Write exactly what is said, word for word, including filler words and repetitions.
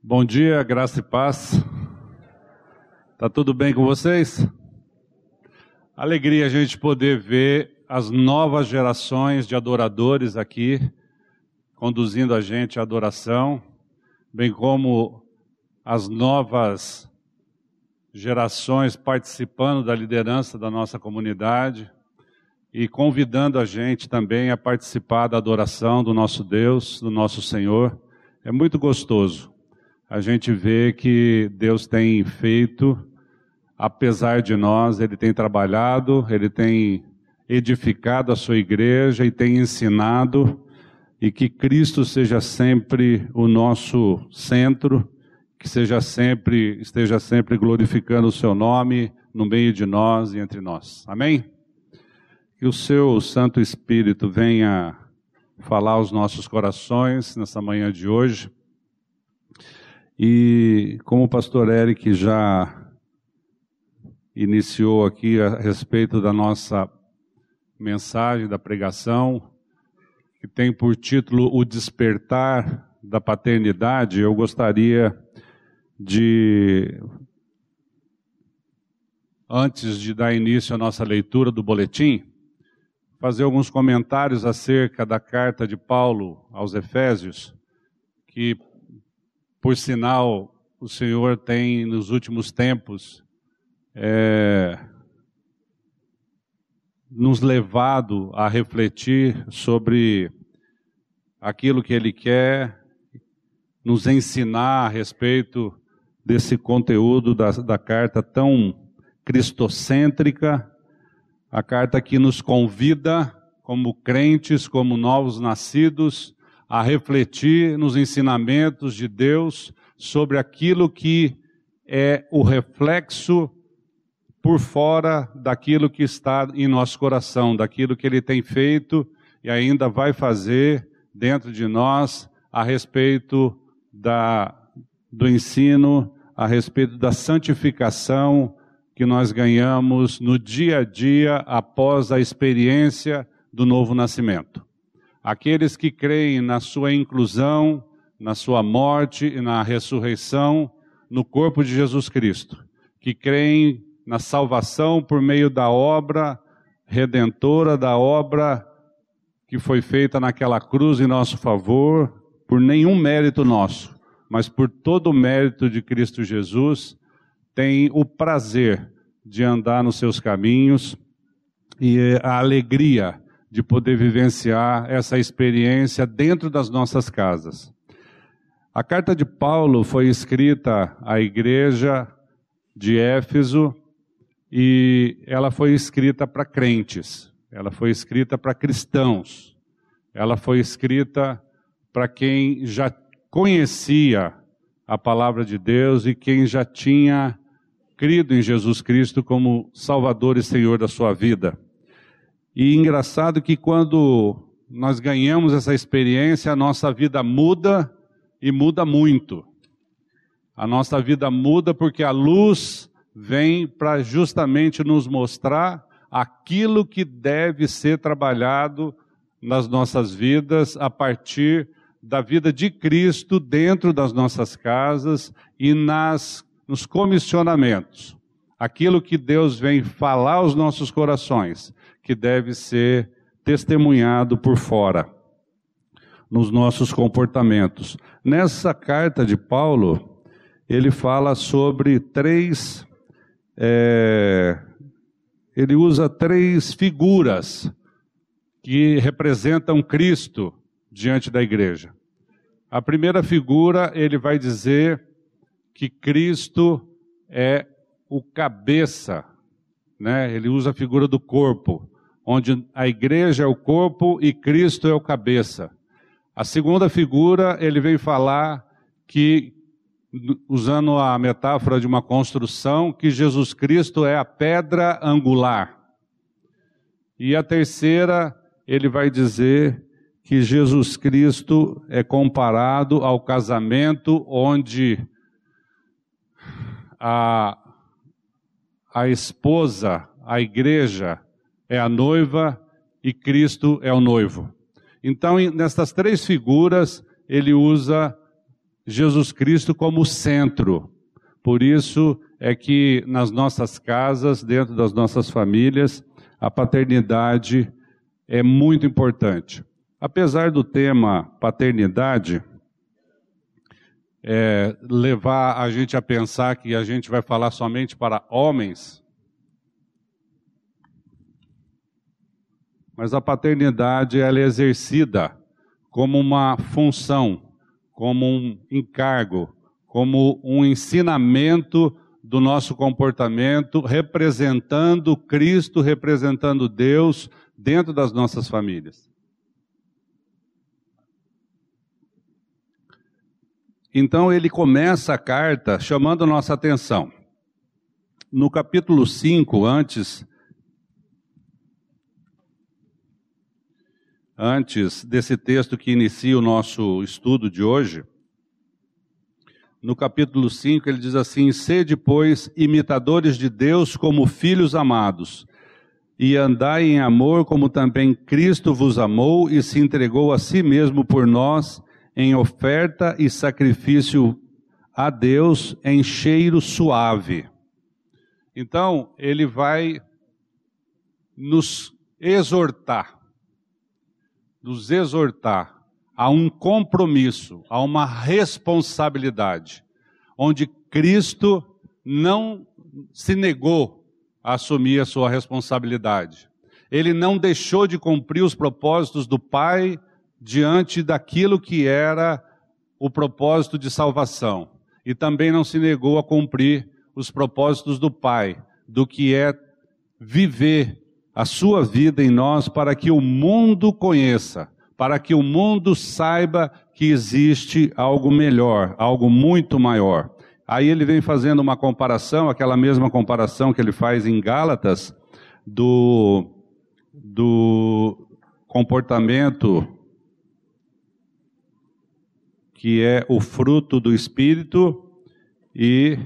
Bom dia, graça e paz. Tá tudo bem com vocês? Alegria a gente poder ver as novas gerações de adoradores aqui, conduzindo a gente à adoração, bem como as novas gerações participando da liderança da nossa comunidade e convidando a gente também a participar da adoração do nosso Deus, do nosso Senhor. É muito gostoso a gente vê que Deus tem feito, apesar de nós, Ele tem trabalhado, Ele tem edificado a sua igreja e tem ensinado, e que Cristo seja sempre o nosso centro, que seja sempre, esteja sempre glorificando o seu nome no meio de nós e entre nós. Amém? Que o seu Santo Espírito venha falar aos nossos corações nessa manhã de hoje. E como o pastor Eric já iniciou aqui a respeito da nossa mensagem, da pregação, que tem por título O Despertar da Paternidade, eu gostaria de, antes de dar início à nossa leitura do boletim, fazer alguns comentários acerca da carta de Paulo aos Efésios, que por sinal, o Senhor tem, nos últimos tempos, é, nos levado a refletir sobre aquilo que Ele quer nos ensinar a respeito desse conteúdo da, da carta tão cristocêntrica, a carta que nos convida, como crentes, como novos nascidos, a refletir nos ensinamentos de Deus sobre aquilo que é o reflexo por fora daquilo que está em nosso coração, daquilo que Ele tem feito e ainda vai fazer dentro de nós a respeito da, do ensino, a respeito da santificação que nós ganhamos no dia a dia após a experiência do novo nascimento. Aqueles que creem na sua inclusão, na sua morte e na ressurreição no corpo de Jesus Cristo, que creem na salvação por meio da obra redentora, da obra que foi feita naquela cruz em nosso favor, por nenhum mérito nosso, mas por todo o mérito de Cristo Jesus, tem o prazer de andar nos seus caminhos e a alegria de poder vivenciar essa experiência dentro das nossas casas. A carta de Paulo foi escrita à igreja de Éfeso e ela foi escrita para crentes, ela foi escrita para cristãos, ela foi escrita para quem já conhecia a palavra de Deus e quem já tinha crido em Jesus Cristo como Salvador e Senhor da sua vida. E engraçado que quando nós ganhamos essa experiência, a nossa vida muda e muda muito. A nossa vida muda porque a luz vem para justamente nos mostrar aquilo que deve ser trabalhado nas nossas vidas a partir da vida de Cristo dentro das nossas casas e nas, nos comissionamentos. Aquilo que Deus vem falar aos nossos corações, que deve ser testemunhado por fora, nos nossos comportamentos. Nessa carta de Paulo, ele fala sobre três, é, ele usa três figuras que representam Cristo diante da igreja. A primeira figura, ele vai dizer que Cristo é o cabeça, né? Ele usa a figura do corpo, onde a igreja é o corpo e Cristo é o cabeça. A segunda figura, ele vem falar que, usando a metáfora de uma construção, que Jesus Cristo é a pedra angular. E a terceira, ele vai dizer que Jesus Cristo é comparado ao casamento onde a, a esposa, a igreja, é a noiva e Cristo é o noivo. Então, nessas três figuras, ele usa Jesus Cristo como centro. Por isso é que nas nossas casas, dentro das nossas famílias, a paternidade é muito importante. Apesar do tema paternidade é, levar a gente a pensar que a gente vai falar somente para homens, mas a paternidade ela é exercida como uma função, como um encargo, como um ensinamento do nosso comportamento, representando Cristo, representando Deus dentro das nossas famílias. Então ele começa a carta chamando a nossa atenção. No capítulo cinco, antes, antes desse texto que inicia o nosso estudo de hoje, no capítulo cinco ele diz assim: sede, pois, imitadores de Deus como filhos amados, e andai em amor como também Cristo vos amou e se entregou a si mesmo por nós, em oferta e sacrifício a Deus em cheiro suave. Então, ele vai nos exortar, nos exortar a um compromisso, a uma responsabilidade, onde Cristo não se negou a assumir a sua responsabilidade. Ele não deixou de cumprir os propósitos do Pai diante daquilo que era o propósito de salvação. E também não se negou a cumprir os propósitos do Pai, do que é viver a sua vida em nós para que o mundo conheça, para que o mundo saiba que existe algo melhor, algo muito maior. Aí ele vem fazendo uma comparação, aquela mesma comparação que ele faz em Gálatas, do, do comportamento que é o fruto do Espírito e